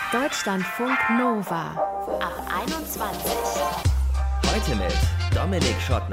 Deutschlandfunk Nova ab 21. Heute mit Dominik Schottner.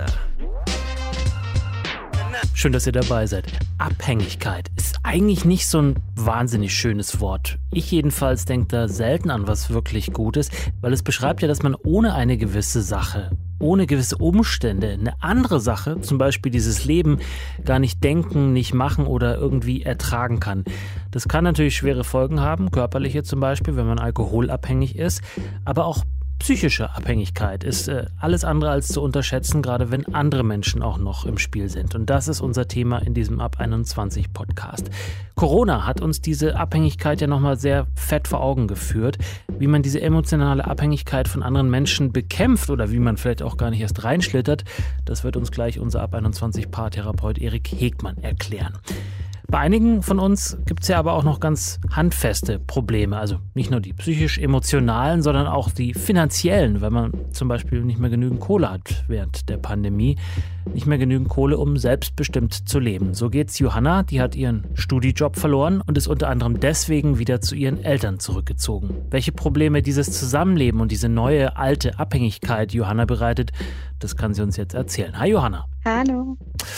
Schön, dass ihr dabei seid. Abhängigkeit ist eigentlich nicht so ein wahnsinnig schönes Wort. Ich jedenfalls denke da selten an was wirklich Gutes, weil es beschreibt ja, dass man ohne eine gewisse Sache, ohne gewisse Umstände, eine andere Sache, zum Beispiel dieses Leben, gar nicht denken, nicht machen oder irgendwie ertragen kann. Das kann natürlich schwere Folgen haben, körperliche zum Beispiel, wenn man alkoholabhängig ist, aber auch psychische Abhängigkeit ist alles andere als zu unterschätzen, gerade wenn andere Menschen auch noch im Spiel sind. Und das ist unser Thema in diesem Ab 21 Podcast. Corona hat uns diese Abhängigkeit ja nochmal sehr fett vor Augen geführt. Wie man diese emotionale Abhängigkeit von anderen Menschen bekämpft oder wie man vielleicht auch gar nicht erst reinschlittert, das wird uns gleich unser Ab 21 Paartherapeut Erik Hegmann erklären. Bei einigen von uns gibt es ja aber auch noch ganz handfeste Probleme. Also nicht nur die psychisch-emotionalen, sondern auch die finanziellen, weil man zum Beispiel nicht mehr genügend Kohle hat während der Pandemie. Nicht mehr genügend Kohle, um selbstbestimmt zu leben. So geht's Johanna, die hat ihren Studijob verloren und ist unter anderem deswegen wieder zu ihren Eltern zurückgezogen. Welche Probleme dieses Zusammenleben und diese neue, alte Abhängigkeit Johanna bereitet, das kann sie uns jetzt erzählen. Hi Johanna. Hallo.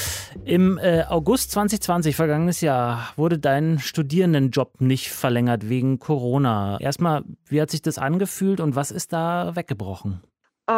Im August 2020, vergangenes Jahr, wurde dein Studierendenjob nicht verlängert wegen Corona. Erstmal, wie hat sich das angefühlt und was ist da weggebrochen? Ich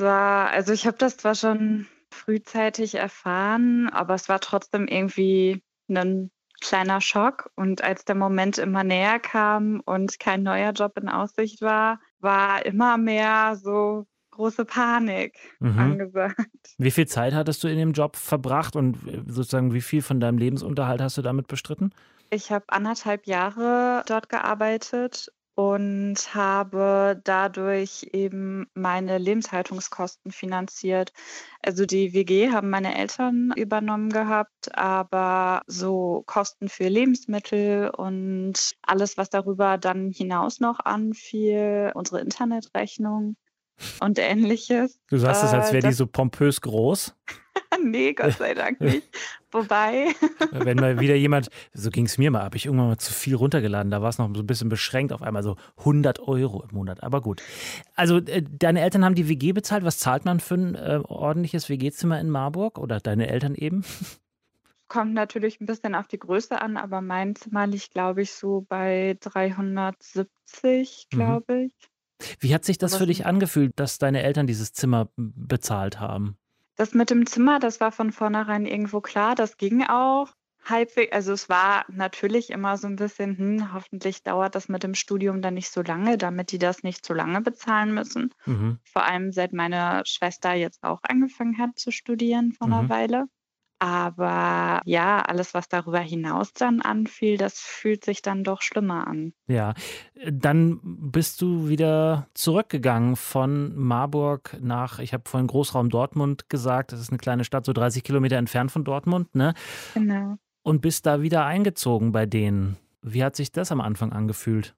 habe das zwar schon frühzeitig erfahren, aber es war trotzdem irgendwie ein kleiner Schock. Und als der Moment immer näher kam und kein neuer Job in Aussicht war, war immer mehr so große Panik angesagt. Wie viel Zeit hattest du in dem Job verbracht und sozusagen wie viel von deinem Lebensunterhalt hast du damit bestritten? Ich habe 1,5 Jahre dort gearbeitet und habe dadurch eben meine Lebenshaltungskosten finanziert. Also die WG haben meine Eltern übernommen gehabt, aber so Kosten für Lebensmittel und alles, was darüber dann hinaus noch anfiel, unsere Internetrechnung und Ähnliches. Du sagst es, als wäre die so pompös groß. Nee, Gott sei Dank nicht. Wobei. Wenn mal wieder jemand, so ging es mir mal, habe ich irgendwann mal zu viel runtergeladen, da war es noch so ein bisschen beschränkt, auf einmal so 100 € im Monat, aber gut. Also deine Eltern haben die WG bezahlt, was zahlt man für ein ordentliches WG-Zimmer in Marburg oder deine Eltern eben? Kommt natürlich ein bisschen auf die Größe an, aber mein Zimmer liegt, glaube ich, so bei 370, glaube ich. Wie hat sich das für dich angefühlt, dass deine Eltern dieses Zimmer bezahlt haben? Das mit dem Zimmer, das war von vornherein irgendwo klar, das ging auch halbwegs. Also es war natürlich immer so ein bisschen, hoffentlich dauert das mit dem Studium dann nicht so lange, damit die das nicht so lange bezahlen müssen. Vor allem seit meine Schwester jetzt auch angefangen hat zu studieren vor einer Weile. Aber ja, alles, was darüber hinaus dann anfiel, das fühlt sich dann doch schlimmer an. Ja, dann bist du wieder zurückgegangen von Marburg nach, ich habe vorhin Großraum Dortmund gesagt, das ist eine kleine Stadt, so 30 Kilometer entfernt von Dortmund, ne? Genau. Und bist da wieder eingezogen bei denen. Wie hat sich das am Anfang angefühlt?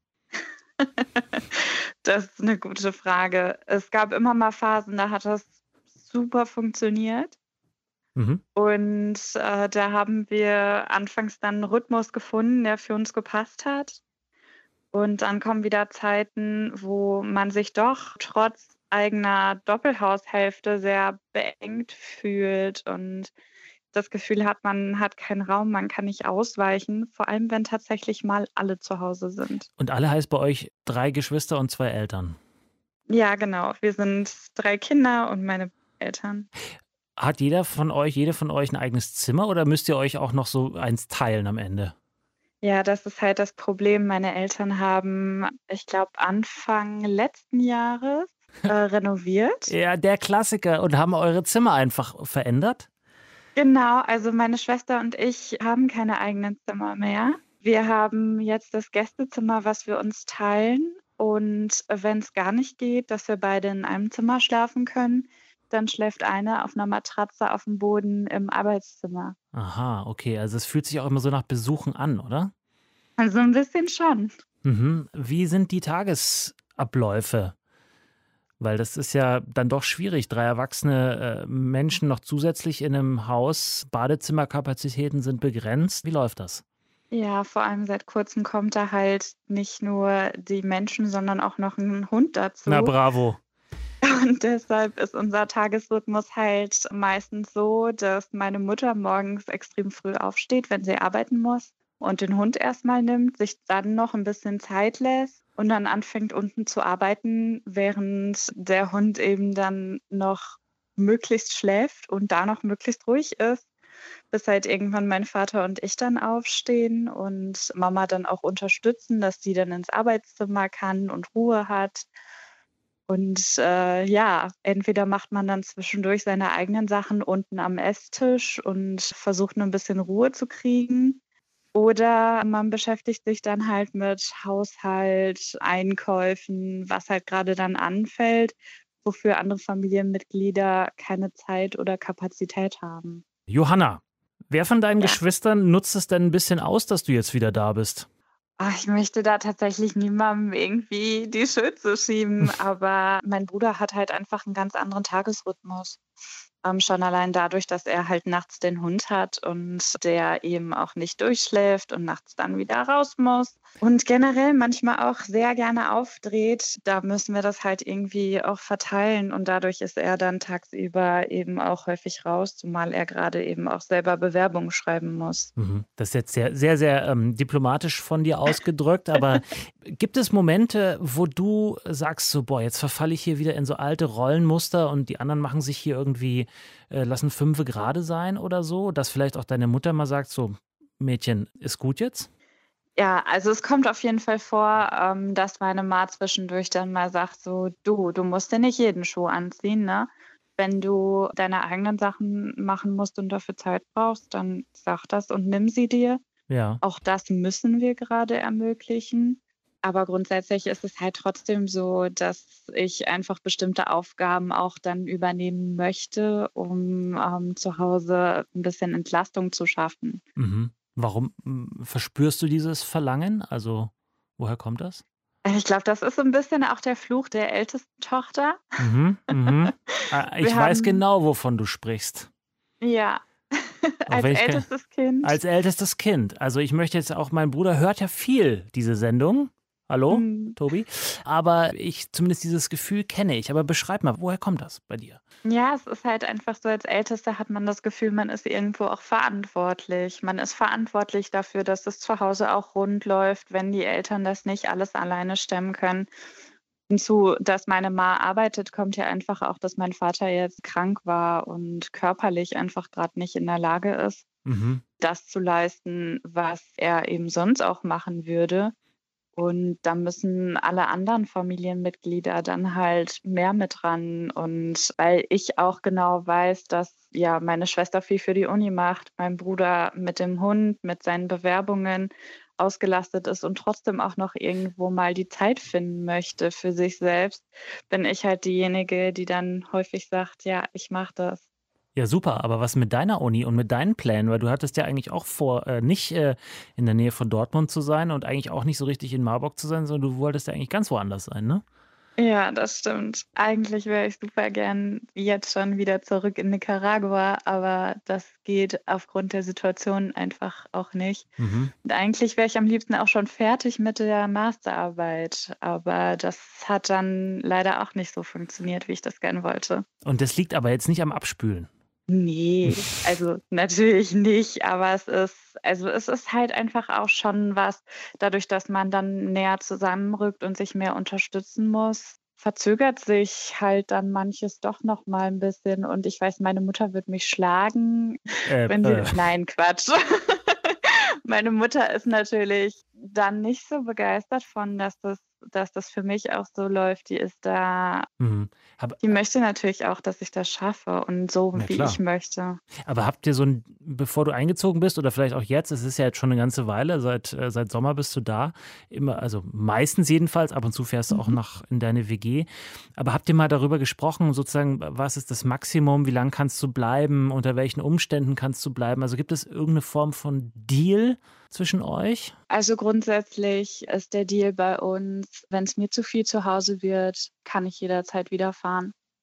Das ist eine gute Frage. Es gab immer mal Phasen, da hat das super funktioniert. Und da haben wir anfangs dann einen Rhythmus gefunden, der für uns gepasst hat. Und dann kommen wieder Zeiten, wo man sich doch trotz eigener Doppelhaushälfte sehr beengt fühlt und das Gefühl hat, man hat keinen Raum, man kann nicht ausweichen, vor allem wenn tatsächlich mal alle zu Hause sind. Und alle heißt bei euch 3 Geschwister und 2 Eltern? Ja, genau. Wir sind 3 Kinder und meine Eltern. Hat jede von euch ein eigenes Zimmer oder müsst ihr euch auch noch so eins teilen am Ende? Ja, das ist halt das Problem. Meine Eltern haben, ich glaube, Anfang letzten Jahres renoviert. Ja, der Klassiker. Und haben eure Zimmer einfach verändert? Genau, also meine Schwester und ich haben keine eigenen Zimmer mehr. Wir haben jetzt das Gästezimmer, was wir uns teilen. Und wenn es gar nicht geht, dass wir beide in einem Zimmer schlafen können, dann schläft eine auf einer Matratze auf dem Boden im Arbeitszimmer. Aha, okay. Also es fühlt sich auch immer so nach Besuchen an, oder? Also ein bisschen schon. Wie sind die Tagesabläufe? Weil das ist ja dann doch schwierig, 3 erwachsene Menschen noch zusätzlich in einem Haus. Badezimmerkapazitäten sind begrenzt. Wie läuft das? Ja, vor allem seit Kurzem kommt da halt nicht nur die Menschen, sondern auch noch ein Hund Na dazu. bravo. Und deshalb ist unser Tagesrhythmus halt meistens so, dass meine Mutter morgens extrem früh aufsteht, wenn sie arbeiten muss und den Hund erstmal nimmt, sich dann noch ein bisschen Zeit lässt und dann anfängt unten zu arbeiten, während der Hund eben dann noch möglichst schläft und da noch möglichst ruhig ist, bis halt irgendwann mein Vater und ich dann aufstehen und Mama dann auch unterstützen, dass sie dann ins Arbeitszimmer kann und Ruhe hat. Und, ja, entweder macht man dann zwischendurch seine eigenen Sachen unten am Esstisch und versucht 'ne bisschen Ruhe zu kriegen, oder man beschäftigt sich dann halt mit Haushalt, Einkäufen, was halt grade dann anfällt, wofür andere Familienmitglieder keine Zeit oder Kapazität haben. Johanna, wer von deinen Ja. Geschwistern nutzt es denn ein bisschen aus, dass du jetzt wieder da bist? Ich möchte da tatsächlich niemandem irgendwie die Schuld zuschieben, aber mein Bruder hat halt einfach 'n ganz anderen Tagesrhythmus. Schon allein dadurch, dass er halt nachts den Hund hat und der eben auch nicht durchschläft und nachts dann wieder raus muss und generell manchmal auch sehr gerne aufdreht. Da müssen wir das halt irgendwie auch verteilen und dadurch ist er dann tagsüber eben auch häufig raus, zumal er grade eben auch selber Bewerbungen schreiben muss. Mhm. Das ist jetzt sehr, sehr, sehr diplomatisch von dir ausgedrückt, aber gibt es Momente, wo du sagst so, boah, jetzt verfalle ich hier wieder in so alte Rollenmuster und die anderen machen sich hier irgendwie, lassen Fünfe gerade sein oder so, dass vielleicht auch deine Mutter mal sagt so, Mädchen, ist gut jetzt? Ja, also es kommt auf jeden Fall vor, dass meine Ma zwischendurch dann mal sagt so: „Du musst dir nicht jeden Schuh anziehen, ne? Wenn du deine eigenen Sachen machen musst und dafür Zeit brauchst, dann sag das und nimm sie dir.“ Ja. Auch das müssen wir gerade ermöglichen. Aber grundsätzlich ist es halt trotzdem so, dass ich einfach bestimmte Aufgaben auch dann übernehmen möchte, um, zu Hause ein bisschen Entlastung zu schaffen. Mhm. Warum verspürst du dieses Verlangen? Also, woher kommt das? Ich glaube, das ist so 'n bisschen auch der Fluch der ältesten Tochter. Mhm, mhm. Wir Ich weiß haben genau, wovon du sprichst. ja, Auch als wenn ich ke ältestes Kind. als ältestes Kind. Also, ich möchte jetzt auch mein Bruder hört ja viel diese Sendung. Hallo, Mhm. Tobi? Aber ich zumindest dieses Gefühl kenne ich. Aber beschreib mal, woher kommt das bei dir? Ja, es ist halt einfach so, als Ältester hat man das Gefühl, man ist irgendwo auch verantwortlich. Man ist verantwortlich dafür, dass es zu Hause auch rund läuft, wenn die Eltern das nicht alles alleine stemmen können. Hinzu, dass meine Ma arbeitet, kommt ja einfach auch, dass mein Vater jetzt krank war und körperlich einfach grad nicht in der Lage ist, Mhm. das zu leisten, was er eben sonst auch machen würde. Und da müssen alle anderen Familienmitglieder dann halt mehr mit ran. Und weil ich auch genau weiß, dass ja meine Schwester viel für die Uni macht, mein Bruder mit dem Hund, mit seinen Bewerbungen ausgelastet ist und trotzdem auch noch irgendwo mal die Zeit finden möchte für sich selbst, bin ich halt diejenige, die dann häufig sagt, ja, ich mache das. Ja, super. Aber was mit deiner Uni und mit deinen Plänen? Weil du hattest ja eigentlich auch vor, nicht in der Nähe von Dortmund zu sein und eigentlich auch nicht so richtig in Marburg zu sein, sondern du wolltest ja eigentlich ganz woanders sein, ne? Ja, das stimmt. Eigentlich wäre ich super gern jetzt schon wieder zurück in Nicaragua, aber das geht aufgrund der Situation einfach auch nicht. Mhm. Und eigentlich wäre ich am liebsten auch schon fertig mit der Masterarbeit, aber das hat dann leider auch nicht so funktioniert, wie ich das gern wollte. Und das liegt aber jetzt nicht am Abspülen. Ne, also natürlich nicht, aber es ist halt einfach auch schon was dadurch, dass man dann näher zusammenrückt und sich mehr unterstützen muss, verzögert sich halt dann manches doch noch mal 'n bisschen und ich weiß, meine Mutter wird mich schlagen, Äh, wenn sie äh. nein, Quatsch. Meine Mutter ist natürlich dann nicht so begeistert von, dass das für mich auch so läuft. Die ist da Mhm. Aber, die möchte natürlich auch, dass ich das schaffe und so, na wie ich klar. möchte. Aber habt ihr so ein, bevor du eingezogen bist oder vielleicht auch jetzt, es ist ja jetzt schon eine ganze Weile, seit Sommer bist du da, immer, also meistens jedenfalls, ab und zu fährst du auch Mhm. nach in deine WG. Aber habt ihr mal darüber gesprochen, sozusagen, was ist das Maximum, wie lang kannst du bleiben, unter welchen Umständen kannst du bleiben? Also gibt es irgendeine Form von Deal zwischen euch? Also grundsätzlich ist der Deal bei uns, wenn es mir zu viel zu Hause wird, kann ich jederzeit wieder fahren.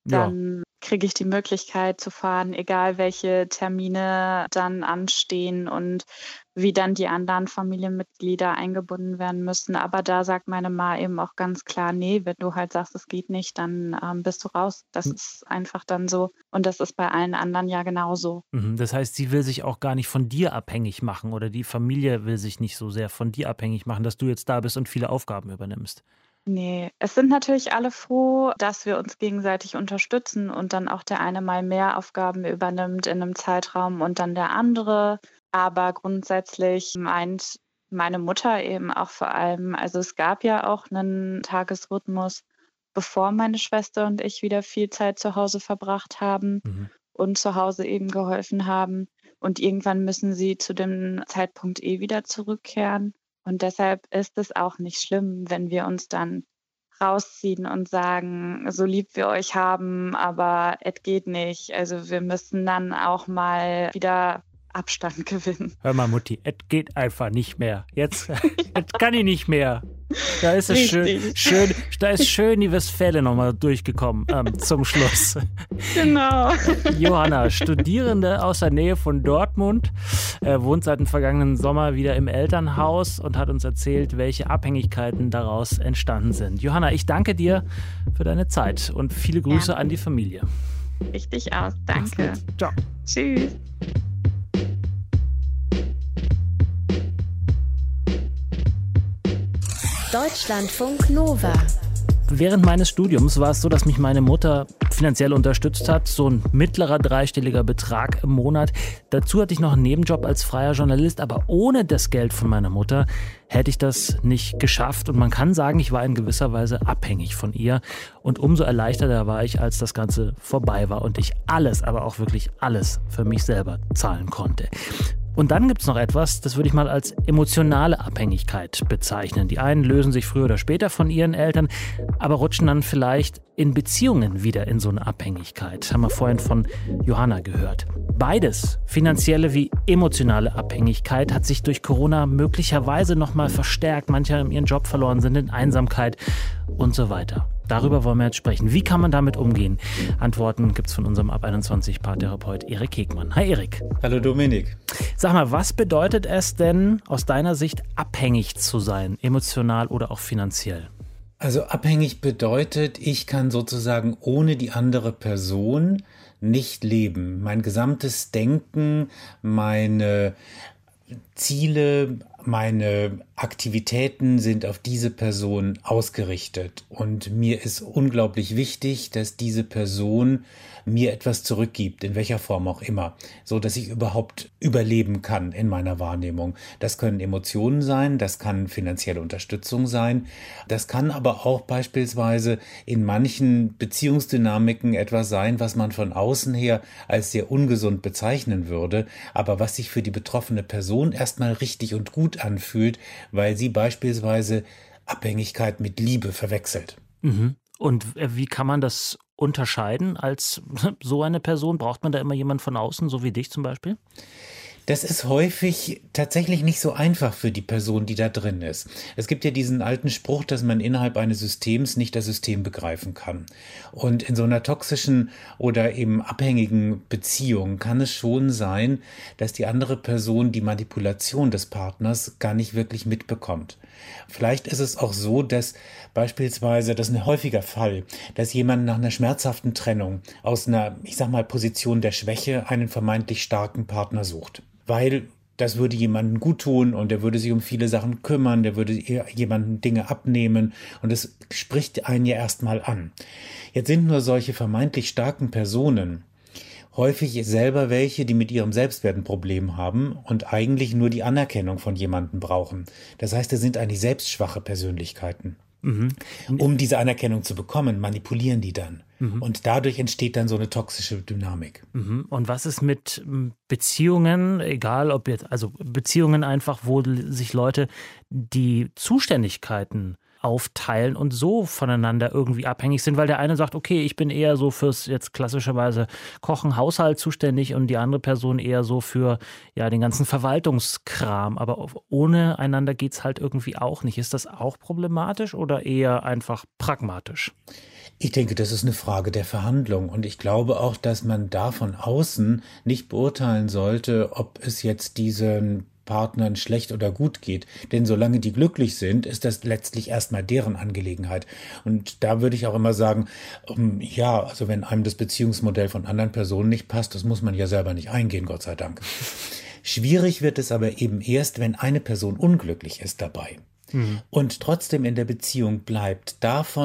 dann kriege ich die Möglichkeit zu fahren, egal welche Termine dann anstehen und wie dann die anderen Familienmitglieder eingebunden werden müssen. Aber da sagt meine Ma eben auch ganz klar, nee, wenn du halt sagst, es geht nicht, dann bist du raus. Das ist einfach dann so. Und das ist bei allen anderen ja genauso. Das heißt, sie will sich auch gar nicht von dir abhängig machen oder die Familie will sich nicht so sehr von dir abhängig machen, dass du jetzt da bist und viele Aufgaben übernimmst. Nee, es sind natürlich alle froh, dass wir uns gegenseitig unterstützen und dann auch der eine mal mehr Aufgaben übernimmt in einem Zeitraum und dann der andere. Aber grundsätzlich meint meine Mutter eben auch vor allem, also es gab ja auch einen Tagesrhythmus, bevor meine Schwester und ich wieder viel Zeit zu Hause verbracht haben und zu Hause eben geholfen haben. Und irgendwann müssen sie zu dem Zeitpunkt wieder zurückkehren. Und deshalb ist es auch nicht schlimm, wenn wir uns dann rausziehen und sagen, so lieb wir euch haben, aber es geht nicht. Also wir müssen dann auch mal wieder Abstand gewinnen. Hör mal, Mutti, es geht einfach nicht mehr. Jetzt kann ich nicht mehr. Da ist es schön die Westfäle nochmal durchgekommen zum Schluss. Genau. Johanna, Studierende aus der Nähe von Dortmund, wohnt seit dem vergangenen Sommer wieder im Elternhaus und hat uns erzählt, welche Abhängigkeiten daraus entstanden sind. Johanna, ich danke dir für deine Zeit und viele Grüße an die Familie. Richtig aus, danke. Ciao. Tschüss. Deutschlandfunk Nova. Während meines Studiums war es so, dass mich meine Mutter finanziell unterstützt hat. So ein mittlerer dreistelliger Betrag im Monat. Dazu hatte ich noch einen Nebenjob als freier Journalist. Aber ohne das Geld von meiner Mutter hätte ich das nicht geschafft. Und man kann sagen, ich war in gewisser Weise abhängig von ihr. Und umso erleichterter war ich, als das Ganze vorbei war und ich alles, aber auch wirklich alles für mich selber zahlen konnte. Und dann gibt es noch etwas, das würde ich mal als emotionale Abhängigkeit bezeichnen. Die einen lösen sich früher oder später von ihren Eltern, aber rutschen dann vielleicht in Beziehungen wieder in so eine Abhängigkeit. Haben wir vorhin von Johanna gehört. Beides, finanzielle wie emotionale Abhängigkeit, hat sich durch Corona möglicherweise nochmal verstärkt. Manche haben ihren Job verloren, sind in Einsamkeit und so weiter. Darüber wollen wir jetzt sprechen. Wie kann man damit umgehen? Antworten gibt es von unserem Ab 21 Paartherapeut Erik Hegmann. Hi Erik. Hallo Dominik. Sag mal, was bedeutet es denn aus deiner Sicht abhängig zu sein, emotional oder auch finanziell? Also abhängig bedeutet, ich kann sozusagen ohne die andere Person nicht leben. Mein gesamtes Denken, meine Ziele, meine Aktivitäten sind auf diese Person ausgerichtet. Und mir ist unglaublich wichtig, dass diese Person mir etwas zurückgibt, in welcher Form auch immer, so dass ich überhaupt überleben kann in meiner Wahrnehmung. Das können Emotionen sein, das kann finanzielle Unterstützung sein, das kann aber auch beispielsweise in manchen Beziehungsdynamiken etwas sein, was man von außen her als sehr ungesund bezeichnen würde, aber was sich für die betroffene Person erstmal richtig und gut anfühlt, weil sie beispielsweise Abhängigkeit mit Liebe verwechselt. Und wie kann man das unterscheiden als so eine Person? Braucht man da immer jemanden von außen, so wie dich zum Beispiel? Das ist häufig tatsächlich nicht so einfach für die Person, die da drin ist. Es gibt ja diesen alten Spruch, dass man innerhalb eines Systems nicht das System begreifen kann. Und in so einer toxischen oder eben abhängigen Beziehung kann es schon sein, dass die andere Person die Manipulation des Partners gar nicht wirklich mitbekommt. Vielleicht ist es auch so, dass beispielsweise, das ist ein häufiger Fall, dass jemand nach einer schmerzhaften Trennung aus einer, ich sag mal, Position der Schwäche einen vermeintlich starken Partner sucht. Weil das würde jemandem gut tun und der würde sich um viele Sachen kümmern, der würde jemandem Dinge abnehmen und das spricht einen ja erstmal an. Jetzt sind nur solche vermeintlich starken Personen häufig selber welche, die mit ihrem Selbstwert ein Problem haben und eigentlich nur die Anerkennung von jemandem brauchen. Das heißt, es sind eigentlich selbstschwache Persönlichkeiten. Um diese Anerkennung zu bekommen, manipulieren die dann. Und dadurch entsteht dann so eine toxische Dynamik. Und was ist mit Beziehungen, egal ob jetzt, also Beziehungen einfach, wo sich Leute die Zuständigkeiten aufteilen und so voneinander irgendwie abhängig sind, weil der eine sagt, okay, ich bin eher so fürs jetzt klassischerweise Kochen, Haushalt zuständig und die andere Person eher so für ja den ganzen Verwaltungskram, aber ohne einander geht's halt irgendwie auch nicht. Ist das auch problematisch oder eher einfach pragmatisch? Ich denke, das ist eine Frage der Verhandlung und ich glaube auch, dass man da von außen nicht beurteilen sollte, ob es jetzt diesen Partnern schlecht oder gut geht. Denn solange die glücklich sind, ist das letztlich erstmal deren Angelegenheit. Und da würde ich auch immer sagen, also wenn einem das Beziehungsmodell von anderen Personen nicht passt, das muss man ja selber nicht eingehen, Gott sei Dank. Schwierig wird es aber eben erst, wenn eine Person unglücklich ist dabei. Und trotzdem in der Beziehung bleibt.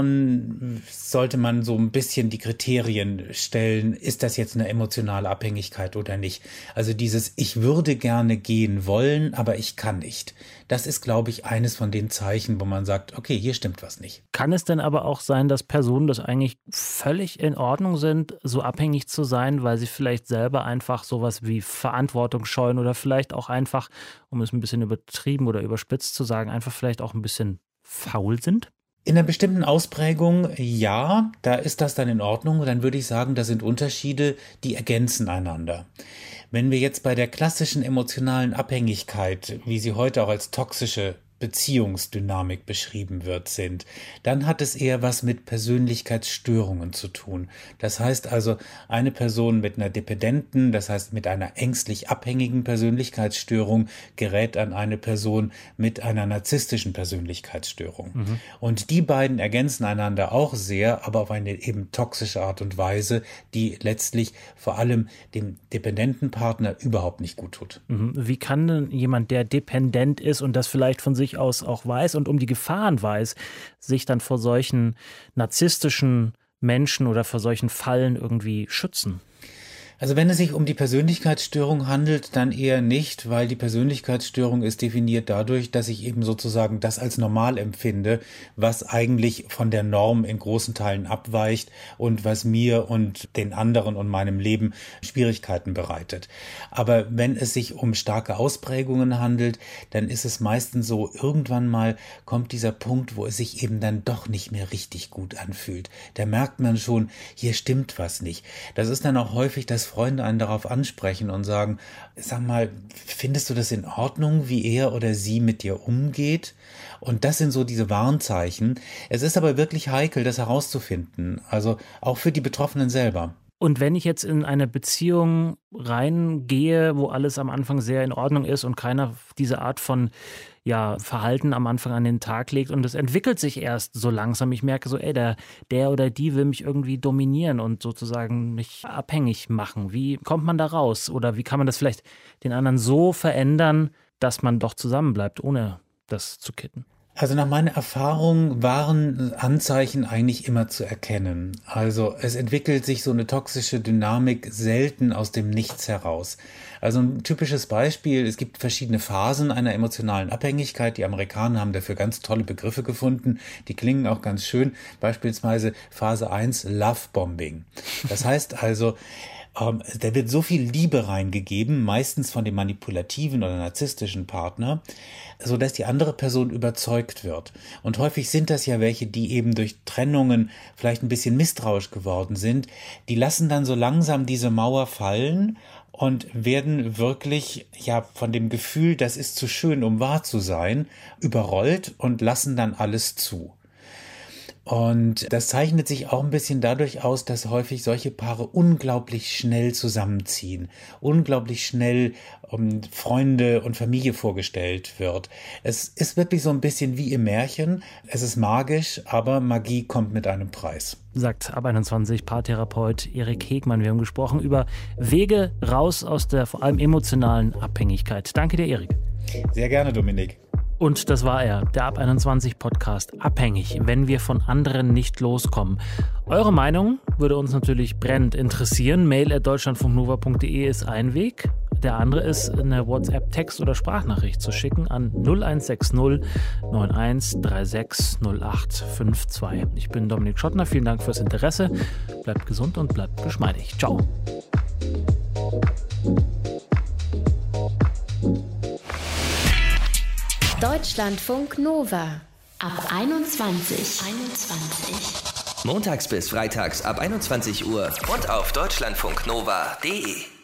Davon sollte man so ein bisschen die Kriterien stellen, ist das jetzt eine emotionale Abhängigkeit oder nicht. Also dieses ich würde gerne gehen wollen, aber ich kann nicht. Das ist, glaube ich, eines von den Zeichen, wo man sagt, okay, hier stimmt was nicht. Kann es denn aber auch sein, dass Personen das eigentlich völlig in Ordnung sind, so abhängig zu sein, weil sie vielleicht selber einfach sowas wie Verantwortung scheuen oder vielleicht auch einfach, um es ein bisschen übertrieben oder überspitzt zu sagen, einfach vielleicht auch ein bisschen faul sind? In einer bestimmten Ausprägung, ja, da ist das dann in Ordnung. Dann würde ich sagen, da sind Unterschiede, die ergänzen einander. Wenn wir jetzt bei der klassischen emotionalen Abhängigkeit, wie sie heute auch als toxische Beziehungsdynamik beschrieben wird, sind, dann hat es eher was mit Persönlichkeitsstörungen zu tun. Das heißt also, eine Person mit einer dependenten, das heißt mit einer ängstlich abhängigen Persönlichkeitsstörung gerät an eine Person mit einer narzisstischen Persönlichkeitsstörung. Und die beiden ergänzen einander auch sehr, aber auf eine eben toxische Art und Weise, die letztlich vor allem dem dependenten Partner überhaupt nicht gut tut. Wie kann denn jemand, der dependent ist und das vielleicht von sich aus auch weiß und um die Gefahren weiß, sich dann vor solchen narzisstischen Menschen oder vor solchen Fallen irgendwie schützen? Also wenn es sich um die Persönlichkeitsstörung handelt, dann eher nicht, weil die Persönlichkeitsstörung ist definiert dadurch, dass ich eben sozusagen das als normal empfinde, was eigentlich von der Norm in großen Teilen abweicht und was mir und den anderen und meinem Leben Schwierigkeiten bereitet. Aber wenn es sich um starke Ausprägungen handelt, dann ist es meistens so, irgendwann mal kommt dieser Punkt, wo es sich eben dann doch nicht mehr richtig gut anfühlt. Da merkt man schon, hier stimmt was nicht. Das ist dann auch häufig das Freunde einen darauf ansprechen und sagen, sag mal, findest du das in Ordnung, wie er oder sie mit dir umgeht? Und das sind so diese Warnzeichen. Es ist aber wirklich heikel, das herauszufinden, also auch für die Betroffenen selber. Und wenn ich jetzt in eine Beziehung reingehe, wo alles am Anfang sehr in Ordnung ist und keiner diese Art von Verhalten am Anfang an den Tag legt und es entwickelt sich erst so langsam. Ich merke so, der oder die will mich irgendwie dominieren und sozusagen mich abhängig machen. Wie kommt man da raus? Oder wie kann man das vielleicht den anderen so verändern, dass man doch zusammenbleibt, ohne das zu kitten? Also nach meiner Erfahrung waren Anzeichen eigentlich immer zu erkennen. Also es entwickelt sich so eine toxische Dynamik selten aus dem Nichts heraus. Also ein typisches Beispiel, es gibt verschiedene Phasen einer emotionalen Abhängigkeit. Die Amerikaner haben dafür ganz tolle Begriffe gefunden. Die klingen auch ganz schön. Beispielsweise Phase 1, Lovebombing. Das heißt also, da wird so viel Liebe reingegeben, meistens von dem manipulativen oder narzisstischen Partner, so dass die andere Person überzeugt wird. Und häufig sind das ja welche, die eben durch Trennungen vielleicht ein bisschen misstrauisch geworden sind. Die lassen dann so langsam diese Mauer fallen und werden wirklich von dem Gefühl, das ist zu schön, um wahr zu sein, überrollt und lassen dann alles zu. Und das zeichnet sich auch ein bisschen dadurch aus, dass häufig solche Paare unglaublich schnell zusammenziehen, unglaublich schnell Freunde und Familie vorgestellt wird. Es ist wirklich so ein bisschen wie im Märchen. Es ist magisch, aber Magie kommt mit einem Preis. Sagt Ab 21 Paartherapeut Erik Hegmann. Wir haben gesprochen über Wege raus aus der vor allem emotionalen Abhängigkeit. Danke dir, Erik. Sehr gerne, Dominik. Und das war er, der Ab 21 Podcast Abhängig, wenn wir von anderen nicht loskommen. Eure Meinung würde uns natürlich brennend interessieren. mail@deutschlandfunknova.de ist ein Weg. Der andere ist, eine WhatsApp-Text- oder Sprachnachricht zu schicken an 0160 9136 0852. Ich bin Dominik Schottner, vielen Dank fürs Interesse. Bleibt gesund und bleibt geschmeidig. Ciao. Deutschlandfunk Nova. Ab 21. Montags bis freitags ab 21 Uhr und auf deutschlandfunknova.de.